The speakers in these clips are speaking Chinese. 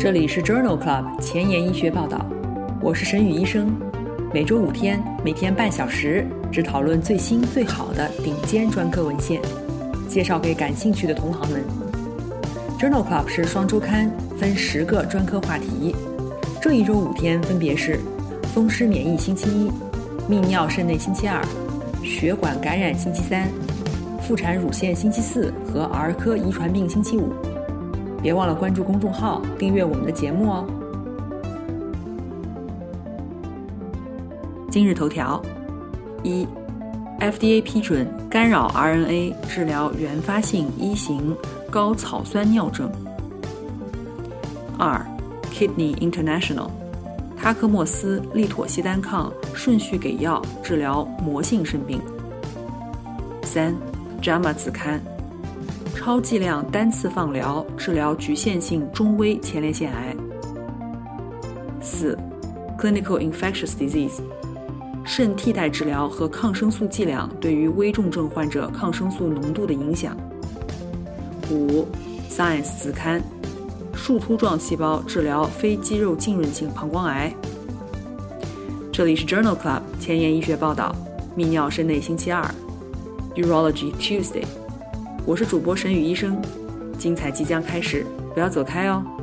这里是 Journal Club 前沿医学报道，我是沈宇医生，每周5天，每天半小时，只讨论最新最好的顶尖专科文献，介绍给感兴趣的同行们。Journal Club 是双周刊，分10个专科话题，这一周5天分别是风湿免疫星期一、泌尿肾内星期二、血管感染星期三、妇产乳腺星期四和儿科遗传病星期五。别忘了关注公众号，订阅我们的节目哦。今日头条： 1. FDA 批准干扰 RNA 治疗原发性一型高草酸尿症。 2. Kidney International 他克莫司利妥昔单抗顺序给药治疗魔性肾病。 3. JAMA 子刊超剂量单次放疗治疗局限性中微前列腺癌。 4. Clinical Infectious Disease 肾替代治疗和抗生素剂量对于危重症患者抗生素浓度的影响。 5. Science 子刊树突状细胞治疗非肌肉浸润性膀胱癌。这里是 Journal Club 前沿医学报道，泌尿肾内星期二 Urology Tuesday，我是主播沈宇医生，精彩即将开始，不要走开哦。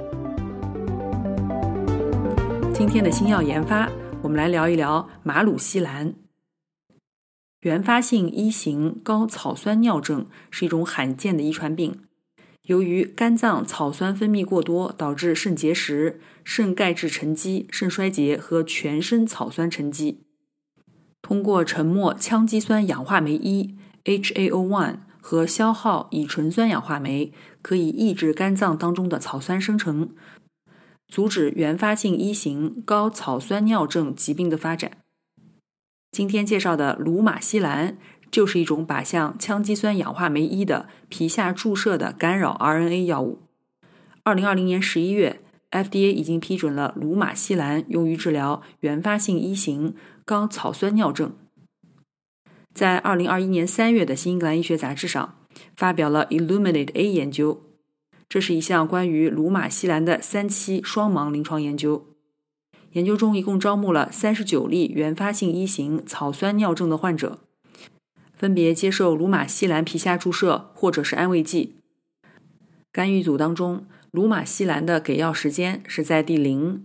今天的新药研发，我们来聊一聊马鲁西兰。原发性一型高草酸尿症是一种罕见的遗传病，由于肝脏草酸分泌过多，导致肾结石、肾钙质沉积、肾衰竭和全身草酸沉积。通过沉没羟基酸氧化酶1 HAO1 和消耗乙醇酸氧化酶，可以抑制肝脏当中的草酸生成，阻止原发性一型高草酸尿症疾病的发展。今天介绍的鲁马西兰就是一种靶向羟基酸氧化酶1的皮下注射的干扰 RNA 药物。2020年11月 FDA 已经批准了鲁马西兰用于治疗原发性一型高草酸尿症。在2021年3月的新英格兰医学杂志上发表了 Illuminate A 研究，这是一项关于鲁马西兰的3期双盲临床研究。研究中一共招募了39例原发性一型草酸尿症的患者，分别接受鲁马西兰皮下注射或者是安慰剂。干预组当中，鲁马西兰的给药时间是在第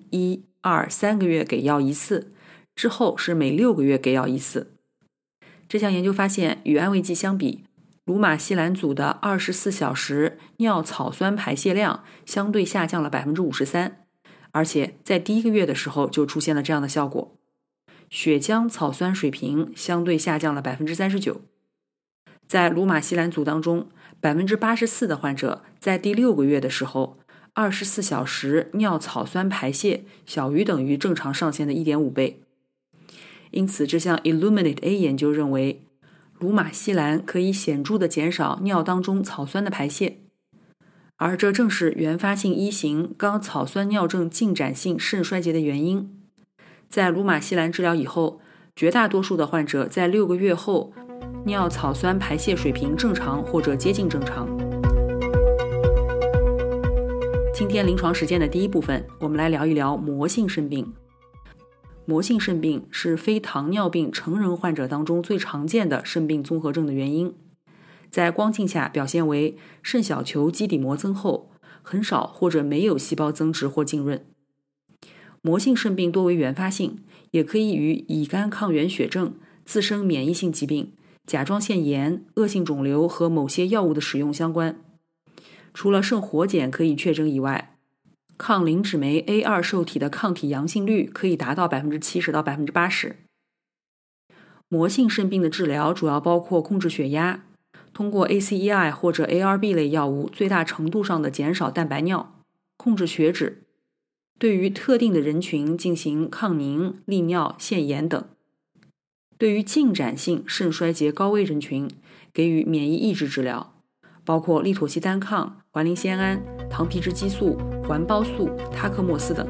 0、1、2、3个月给药一次，之后是每6个月给药一次。这项研究发现，与安慰剂相比，鲁马西兰组的24小时尿草酸排泄量相对下降了 53%， 而且在第1个月的时候就出现了这样的效果。血浆草酸水平相对下降了 39%。 在鲁马西兰组当中， 84% 的患者在第6个月的时候24小时尿草酸排泄小于等于正常上限的 1.5 倍。因此这项 Illuminate A 研究认为，鲁马西兰可以显著地减少尿当中草酸的排泄，而这正是原发性一型高草酸尿症进展性肾衰竭的原因。在鲁马西兰治疗以后，绝大多数的患者在6个月后尿草酸排泄水平正常或者接近正常。今天临床实践的第一部分，我们来聊一聊魔性肾病。魔性肾病是非糖尿病成人患者当中最常见的肾病综合症的原因，在光镜下表现为肾小球基底膜增厚，很少或者没有细胞增殖或浸润。魔性肾病多为原发性，也可以与乙肝抗原血症、自身免疫性疾病、甲状腺炎、恶性肿瘤和某些药物的使用相关。除了肾活检可以确诊以外，抗磷脂酶 A2 受体的抗体阳性率可以达到 70% 到 80%。 魔性肾病的治疗主要包括控制血压，通过 ACEI 或者 ARB 类药物最大程度上的减少蛋白尿，控制血脂，对于特定的人群进行抗凝、利尿、限盐等。对于进展性肾衰竭高危人群给予免疫抑制治疗，包括利妥昔单抗、环磷酰胺、糖皮质激素、环孢素、他克莫司等。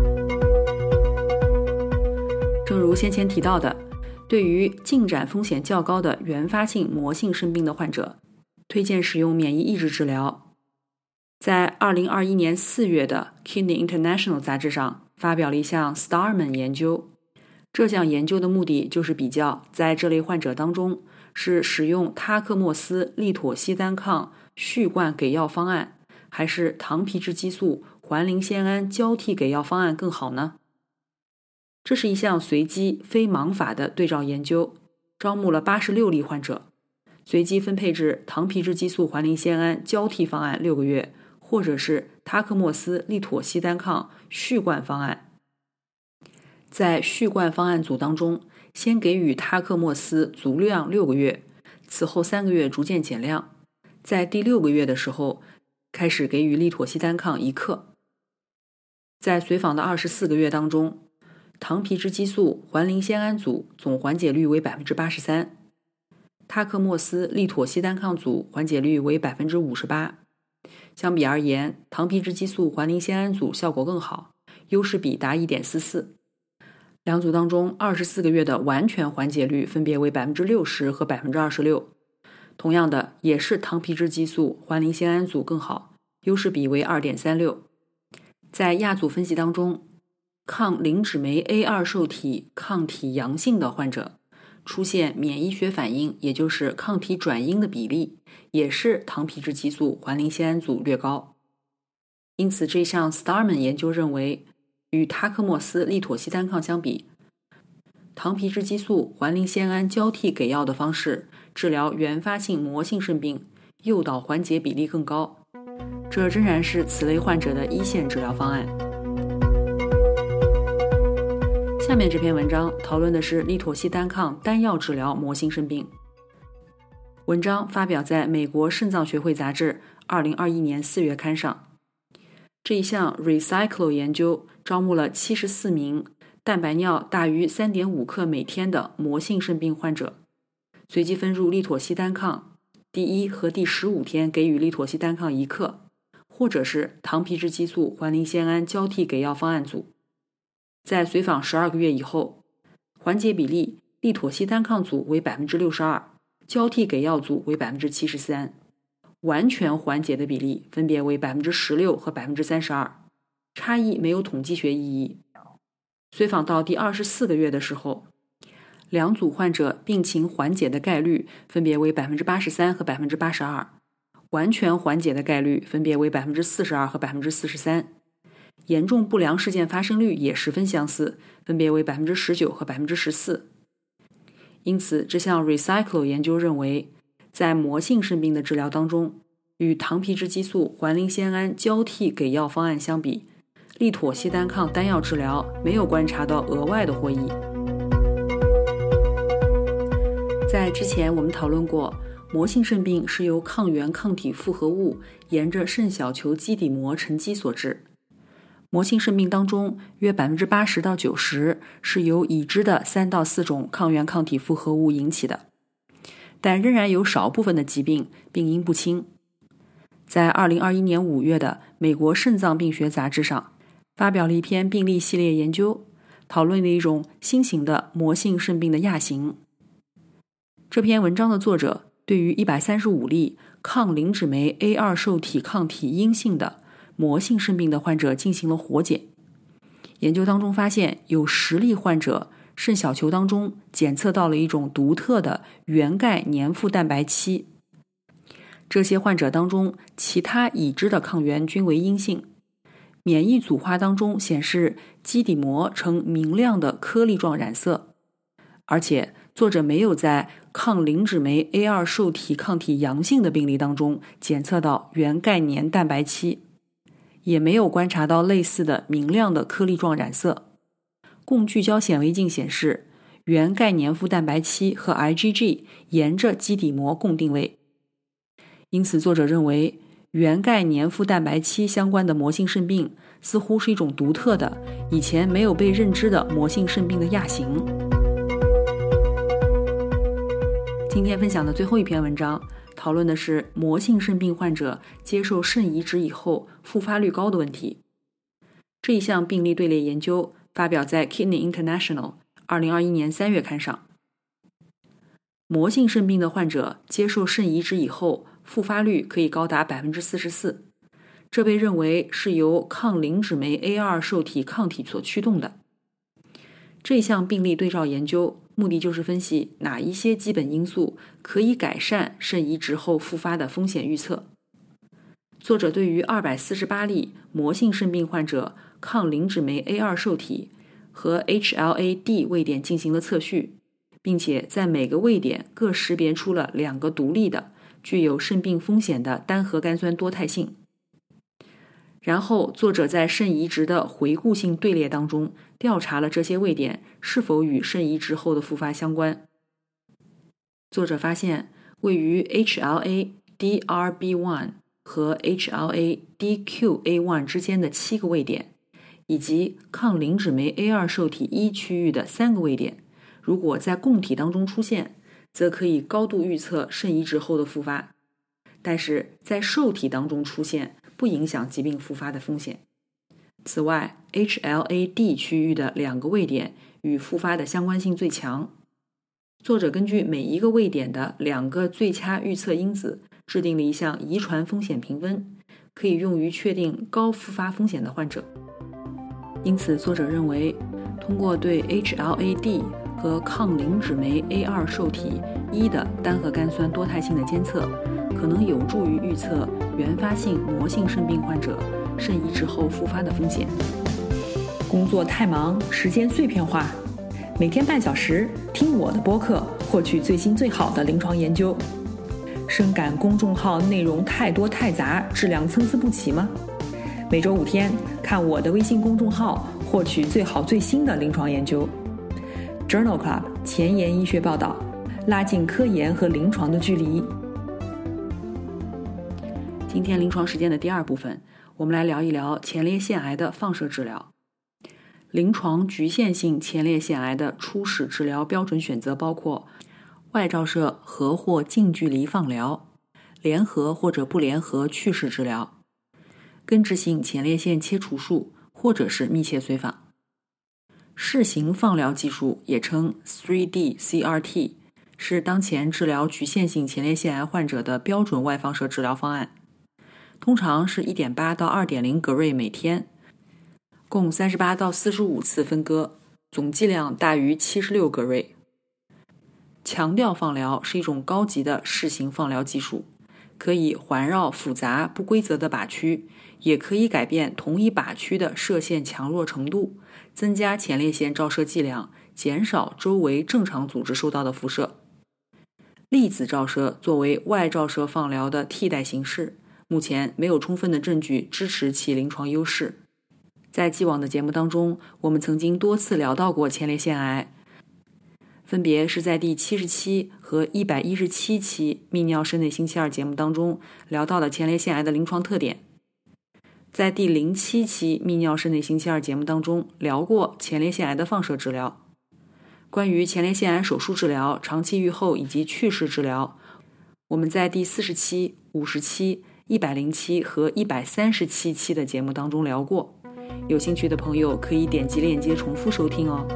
正如先前提到的，对于进展风险较高的原发性魔性肾病的患者，推荐使用免疫抑制治疗。 在2021年4月的 Kidney International 杂志上发表了一项 Starman 研究。这项研究的目的就是比较在这类患者当中是使用他克莫司利妥昔单抗续灌给药方案，还是糖皮质激素环磷酰胺交替给药方案更好呢？这是一项随机非盲法的对照研究，招募了86例患者，随机分配至糖皮质激素环磷酰胺交替方案6个月，或者是他克莫司利妥昔单抗续灌方案。在续灌方案组当中，先给予他克莫司足量6个月，此后3个月逐渐减量，在第6个月的时候开始给予利妥昔单抗1克。在随访的24个月当中，糖皮质激素环磷酰胺组总缓解率为 83%， 他克莫司利妥昔单抗组缓解率为 58%。 相比而言，糖皮质激素环磷酰胺组效果更好，优势比达 1.44。两组当中24个月的完全缓解率分别为 60% 和 26%， 同样的也是糖皮质激素环磷酰胺组更好，优势比为 2.36。 在亚组分析当中，抗磷脂酶 A2 受体抗体阳性的患者出现免疫学反应，也就是抗体转阴的比例也是糖皮质激素环磷酰胺组略高。因此这项 Starman 研究认为，与他克莫司利妥昔单抗相比，糖皮质激素环磷酰胺交替给药的方式治疗原发性膜性肾病诱导缓解比例更高，这仍然是此类患者的一线治疗方案。下面这篇文章讨论的是利妥昔单抗单药治疗膜性肾病。文章发表在美国肾脏学会杂志2021年4月刊上。这一项 Recyclo 研究招募了74名蛋白尿大于 3.5 克每天的膜性肾病患者，随机分入利妥昔单抗，第1和第15天给予利妥昔单抗1克，或者是糖皮质激素环磷酰胺交替给药方案组。在随访12个月以后，缓解比例利妥昔单抗组为 62%， 交替给药组为 73%， 完全缓解的比例分别为 16% 和 32%， 差异没有统计学意义。随访到第24个月的时候，两组患者病情缓解的概率分别为 83% 和 82%， 完全缓解的概率分别为 42% 和 43%， 严重不良事件发生率也十分相似，分别为 19% 和 14%。 因此这项 Recyclo 研究认为，在膜性肾病的治疗当中，与糖皮质激素环磷酰胺交替给药方案相比，利妥昔单抗单药治疗没有观察到额外的获益。在之前我们讨论过，膜性肾病是由抗原抗体复合物沿着肾小球基底膜沉积所致。膜性肾病当中约 80% 到 90% 是由已知的3到4种抗原抗体复合物引起的，但仍然有少部分的疾病病因不清。在2021年5月的美国肾脏病学杂志上发表了一篇病例系列研究，讨论了一种新型的膜性肾病的亚型。这篇文章的作者对于135例抗磷脂酶 A2 受体抗体阴性的膜性肾病的患者进行了活检。研究当中发现，有10例患者肾小球当中检测到了一种独特的原钙粘附蛋白期。这些患者当中，其他已知的抗原均为阴性。免疫组花当中显示基底膜呈明亮的颗粒状染色，而且作者没有在抗磷脂酶 A2 受体抗体阳性的病例当中检测到原钙粘蛋白期，也没有观察到类似的明亮的颗粒状染色。共聚焦显微镜显示，原钙粘附蛋白期和 IgG 沿着基底膜共定位。因此作者认为，原钙粘附蛋白期相关的膜性肾病似乎是一种独特的、以前没有被认知的膜性肾病的亚型。今天分享的最后一篇文章讨论的是膜性肾病患者接受肾移植以后复发率高的问题。这一项病例队列研究发表在 Kidney International 2021年3月刊上。膜性肾病的患者接受肾移植以后复发率可以高达 44%， 这被认为是由抗磷脂酶 A2 受体抗体所驱动的。这项病例对照研究目的就是分析哪一些基本因素可以改善肾移植后复发的风险预测。作者对于248例魔性肾病患者抗磷脂酶 A2 受体和 HLA-D 位点进行了测序，并且在每个位点各识别出了2个独立的具有肾病风险的单核苷酸多态性。然后作者在肾移植的回顾性队列当中调查了这些位点是否与肾移植后的复发相关。作者发现位于 HLA-DRB1 和 HLA-DQA1 之间的7个位点，以及抗磷脂酶 A2 受体1区域的3个位点，如果在供体当中出现，则可以高度预测肾移植后的复发，但是在受体当中出现不影响疾病复发的风险。此外 HLA-D 区域的2个位点与复发的相关性最强。作者根据每一个位点的2个最佳预测因子制定了一项遗传风险评分，可以用于确定高复发风险的患者。因此作者认为，通过对 HLA-D 和抗磷脂酶 A2 受体1的单核苷酸多态性的监测，可能有助于预测原发性魔性肾病患者肾移植后复发的风险。工作太忙，时间碎片化，每天半小时听我的播客，获取最新最好的临床研究。深感公众号内容太多太杂，质量参差不齐吗？每周5天看我的微信公众号，获取最好最新的临床研究。Journal Club 前沿医学报道，拉近科研和临床的距离。今天临床实践的第2部分，我们来聊一聊前列腺癌的放射治疗。临床局限性前列腺癌的初始治疗标准选择包括外照射和或近距离放疗、联合或者不联合去势治疗、根治性前列腺切除术或者是密切随访。视型放疗技术也称 3D CRT， 是当前治疗局限性前列腺癌患者的标准外放射治疗方案，通常是 1.8 到 2.0 格瑞每天，共38到45次分割，总剂量大于76格瑞。强调放疗是一种高级的视型放疗技术，可以环绕复杂不规则的靶区，也可以改变同一靶区的射线强弱程度，增加前列腺照射剂量，减少周围正常组织受到的辐射。粒子照射作为外照射放疗的替代形式，目前没有充分的证据支持其临床优势。在既往的节目当中，我们曾经多次聊到过前列腺癌，分别是在第77和117期泌尿室内星期2节目当中聊到了前列腺癌的临床特点，在第07期泌尿室内星期2节目当中聊过前列腺癌的放射治疗。关于前列腺癌手术治疗、长期预后以及去势治疗，我们在第47、57、107和137期的节目当中聊过，有兴趣的朋友可以点击链接重复收听哦。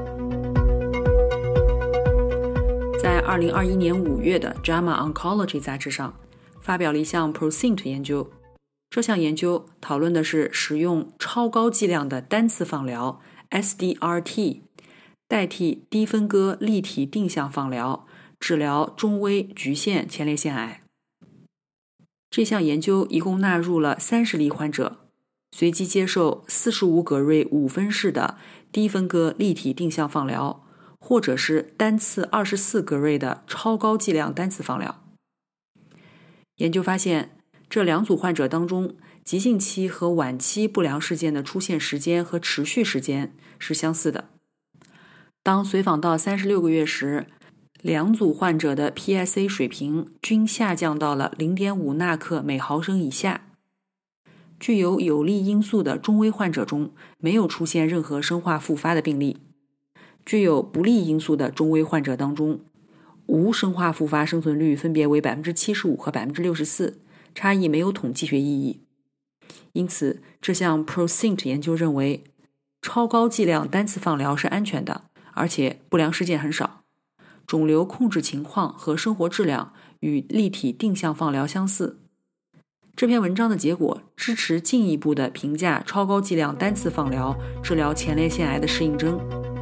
在2021年5月的 JAMA Oncology 杂志上发表了一项 ProSync 研究，这项研究讨论的是使用超高剂量的单次放疗 SDRT 代替低分割立体定向放疗治疗中微局限前列腺癌。这项研究一共纳入了30例患者，随机接受45格瑞5分式的低分割立体定向放疗，或者是单次24格瑞的超高剂量单次放疗。研究发现，这2组患者当中，急性期和晚期不良事件的出现时间和持续时间是相似的。当随访到36个月时，2组患者的 PSA 水平均下降到了 0.5 纳克每毫升以下。具有有利因素的中微患者中没有出现任何生化复发的病例，具有不利因素的中微患者当中，无生化复发生存率分别为 75% 和 64%， 差异没有统计学意义。因此，这项 ProSync 研究认为，超高剂量单次放疗是安全的，而且不良事件很少。肿瘤控制情况和生活质量与立体定向放疗相似。 这篇文章的结果支持进一步的评价超高剂量单次放疗治疗前列腺癌的适应症。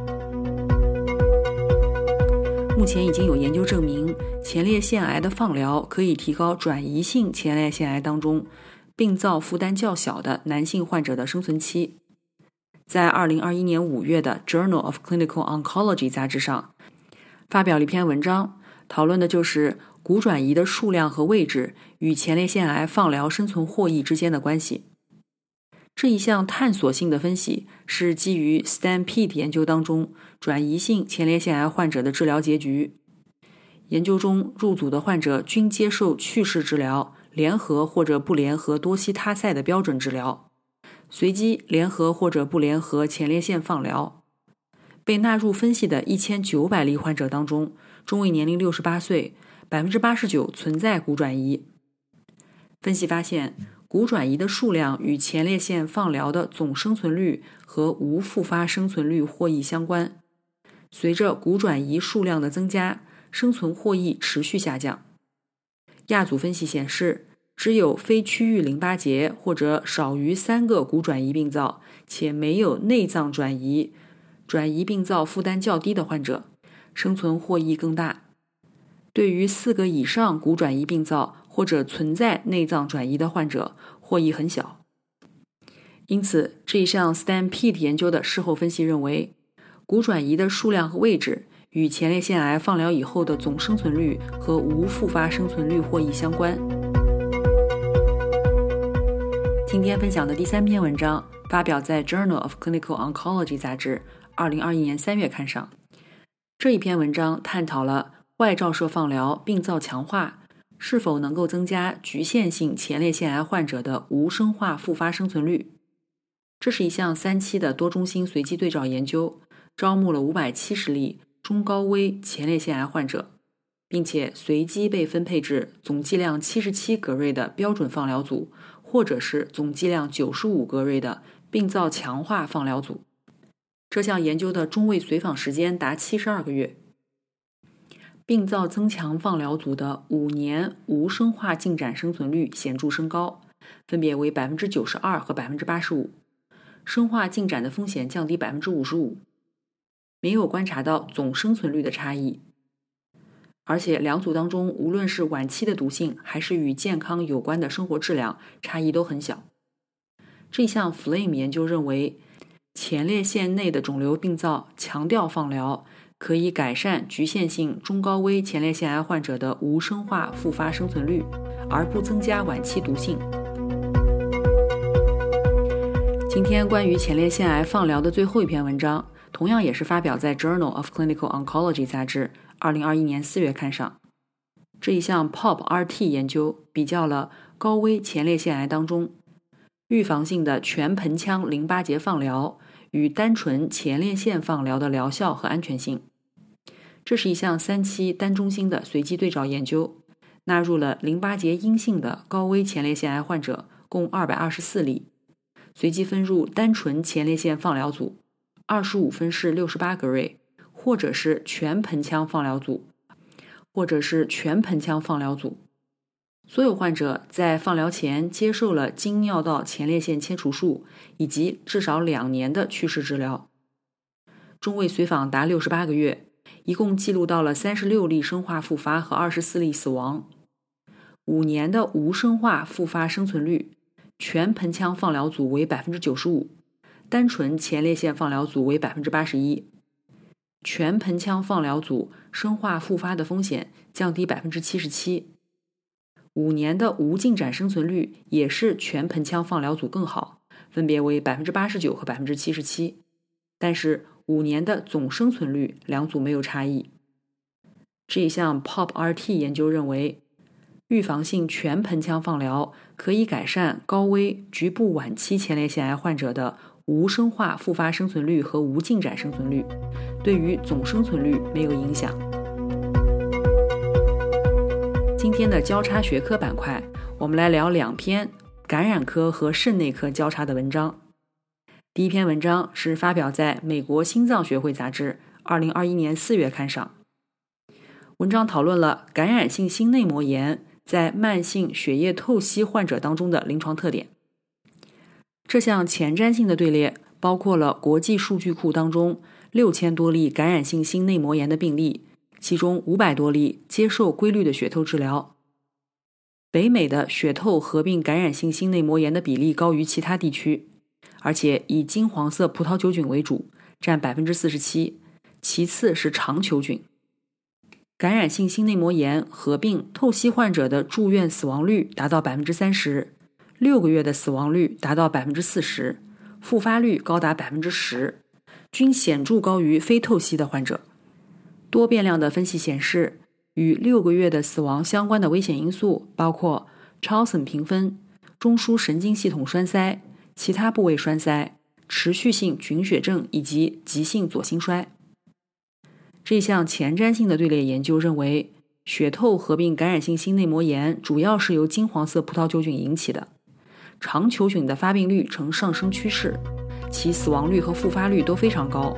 目前已经有研究证明，前列腺癌的放疗可以提高转移性前列腺癌当中病灶负担较小的男性患者的生存期。在2021年5月的 Journal of Clinical Oncology 杂志上发表了一篇文章，讨论的就是骨转移的数量和位置与前列腺癌放疗生存获益之间的关系。这一项探索性的分析是基于 STAMPEDE 研究当中转移性前列腺癌患者的治疗结局。研究中入组的患者均接受去势治疗、联合或者不联合多西他赛的标准治疗，随机联合或者不联合前列腺放疗。被纳入分析的1900例患者当中，中位年龄68岁，89%存在骨转移。分析发现，骨转移的数量与前列腺放疗的总生存率和无复发生存率获益相关。随着骨转移数量的增加，生存获益持续下降。亚组分析显示，只有非区域淋巴结或者少于3个骨转移病灶，且没有内脏转移病灶负担较低的患者，生存获益更大。对于4个以上骨转移病灶或者存在内脏转移的患者，获益很小。因此，这一项 STAMPEDE 研究的事后分析认为，骨转移的数量和位置与前列腺癌放疗以后的总生存率和无复发生存率获益相关。今天分享的第3篇文章发表在 Journal of Clinical Oncology 杂志2021年3月刊上。这一篇文章探讨了外照射放疗病灶强化是否能够增加局限性前列腺癌患者的无生化复发生存率。这是一项3期的多中心随机对照研究，招募了570例中高危前列腺癌患者，并且随机被分配至总剂量77格瑞的标准放疗组，或者是总剂量95格瑞的病灶强化放疗组。这项研究的中位随访时间达72个月。病灶增强放疗组的5年无生化进展生存率显著升高，分别为 92% 和 85%， 生化进展的风险降低 55%， 没有观察到总生存率的差异。而且两组当中，无论是晚期的毒性还是与健康有关的生活质量，差异都很小。这项 FLAME 研究认为，前列腺内的肿瘤病灶强调放疗可以改善局限性中高危前列腺癌患者的无生化复发生存率，而不增加晚期毒性。今天关于前列腺癌放疗的最后一篇文章，同样也是发表在 Journal of Clinical Oncology 杂志2021年4月刊上。这一项 POP-RT 研究比较了高危前列腺癌当中预防性的全盆腔淋巴结放疗与单纯前列腺放疗的疗效和安全性。这是一项3期单中心的随机对照研究，纳入了淋巴结阴性的高危前列腺癌患者共224例，随机分入单纯前列腺放疗组25分式68格瑞，或者是全盆腔放疗组，所有患者在放疗前接受了经尿道前列腺切除术以及至少2年的去势治疗。中位随访达68个月，一共记录到了36例生化复发和24例死亡。5年的无生化复发生存率，全盆腔放疗组为 95%， 单纯前列腺放疗组为 81%。 全盆腔放疗组生化复发的风险降低 77%。 5年的无进展生存率也是全盆腔放疗组更好，分别为 89% 和 77%， 但是5年的总生存率两组没有差异。这一项 POP-RT 研究认为，预防性全盆腔放疗可以改善高危局部晚期前列腺癌患者的无生化复发生存率和无进展生存率，对于总生存率没有影响。今天的交叉学科板块，我们来聊2篇感染科和肾内科交叉的文章。第一篇文章是发表在美国心脏学会杂志2021年4月刊上。文章讨论了感染性心内膜炎在慢性血液透析患者当中的临床特点。这项前瞻性的队列包括了国际数据库当中6000多例感染性心内膜炎的病例，其中500多例接受规律的血透治疗。北美的血透合并感染性心内膜炎的比例高于其他地区，而且以金黄色葡萄球菌为主，占 47%， 其次是肠球菌。感染性心内膜炎合并透析患者的住院死亡率达到 30%， 6个月的死亡率达到 40%， 复发率高达 10%， 均显著高于非透析的患者。多变量的分析显示，与6个月的死亡相关的危险因素包括超森评分、中枢神经系统栓塞、其他部位栓塞、持续性菌血症以及急性左心衰。这项前瞻性的队列研究认为，血透合并感染性心内膜炎主要是由金黄色葡萄球菌引起的，肠球菌的发病率呈上升趋势，其死亡率和复发率都非常高。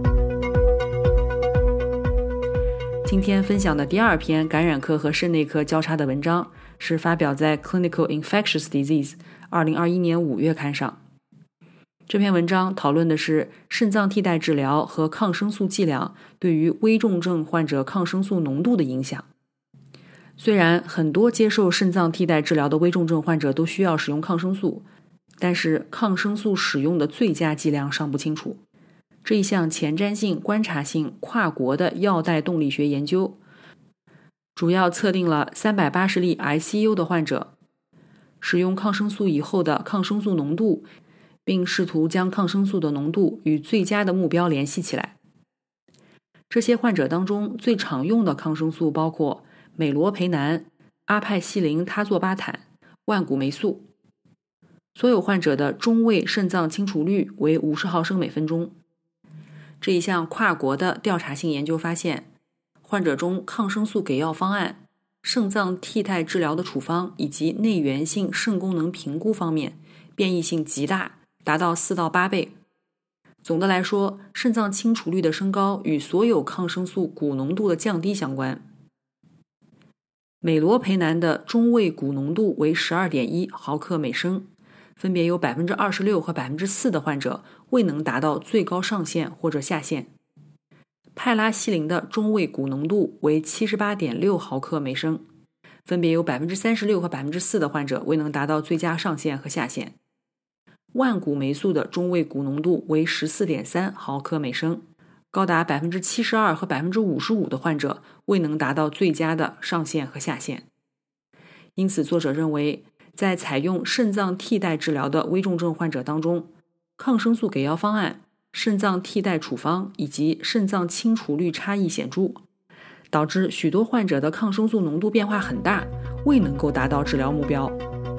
今天分享的第2篇感染科和肾内科交叉的文章是发表在 Clinical Infectious Disease 2021年5月刊上。这篇文章讨论的是肾脏替代治疗和抗生素剂量对于危重症患者抗生素浓度的影响。虽然很多接受肾脏替代治疗的危重症患者都需要使用抗生素，但是抗生素使用的最佳剂量尚不清楚。这一项前瞻性、观察性、跨国的药代动力学研究，主要测定了380例 ICU 的患者使用抗生素以后的抗生素浓度，并试图将抗生素的浓度与最佳的目标联系起来。这些患者当中最常用的抗生素包括美罗培南、阿派西林他唑巴坦、万古霉素。所有患者的中位肾脏清除率为50毫升每分钟。这一项跨国的调查性研究发现，患者中抗生素给药方案、肾脏替代治疗的处方以及内源性肾功能评估方面变异性极大，达到4到8倍。总的来说，肾脏清除率的升高与所有抗生素钴浓度的降低相关。美罗培南的中位钴浓度为 12.1 毫克每升，分别有 26% 和 4% 的患者未能达到最高上限或者下限。派拉西林的中位钴浓度为 78.6 毫克每升，分别有 36% 和 4% 的患者未能达到最佳上限和下限。万古霉素的中位钴浓度为 14.3 毫克每升，高达 72% 和 55% 的患者未能达到最佳的上限和下限。因此，作者认为，在采用肾脏替代治疗的危重症患者当中，抗生素给药方案、肾脏替代处方以及肾脏清除率差异显著，导致许多患者的抗生素浓度变化很大，未能够达到治疗目标。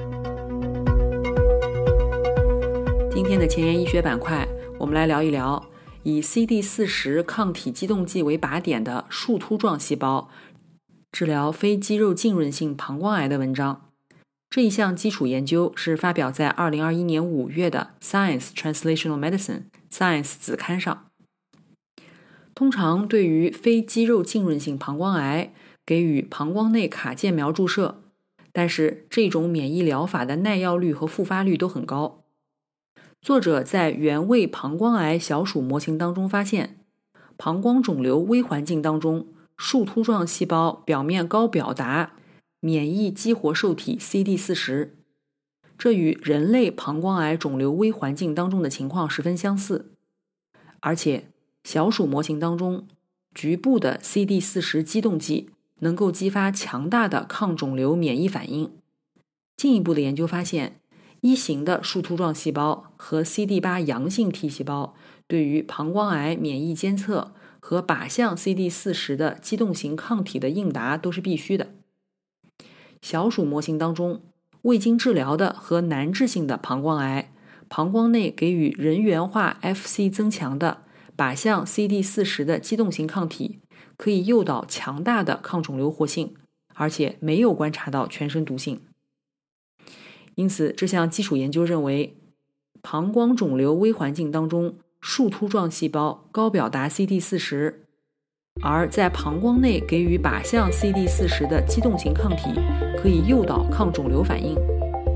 今天的前沿医学板块，我们来聊一聊以 CD40 抗体激动剂为靶点的树突状细胞治疗非肌肉浸润性膀胱癌的文章。这一项基础研究是发表在2021年5月的 Science Translational Medicine Science 子刊上。通常对于非肌肉浸润性膀胱癌给予膀胱内卡介苗注射，但是这种免疫疗法的耐药率和复发率都很高。作者在原位膀胱癌小鼠模型当中发现，膀胱肿瘤微环境当中树突状细胞表面高表达免疫激活受体 CD40， 这与人类膀胱癌肿瘤微环境当中的情况十分相似。而且小鼠模型当中局部的 CD40 激动剂能够激发强大的抗肿瘤免疫反应。进一步的研究发现，1型的树突状细胞和 CD8 阳性 T 细胞对于膀胱癌免疫监测和靶向 CD40 的机动型抗体的应答都是必须的。小鼠模型当中，未经治疗的和难治性的膀胱癌，膀胱内给予人源化 FC 增强的靶向 CD40 的机动型抗体，可以诱导强大的抗肿瘤活性，而且没有观察到全身毒性。因此，这项基础研究认为，膀胱肿瘤微环境当中树突状细胞高表达 CD40 而在膀胱内给予靶向 CD40 的机动型抗体，可以诱导抗肿瘤反应。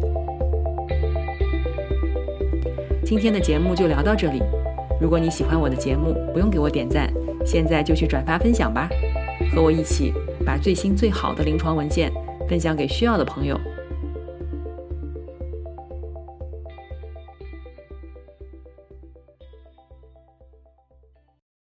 今天的节目就聊到这里。如果你喜欢我的节目，不用给我点赞，现在就去转发分享吧，和我一起把最新最好的临床文献分享给需要的朋友。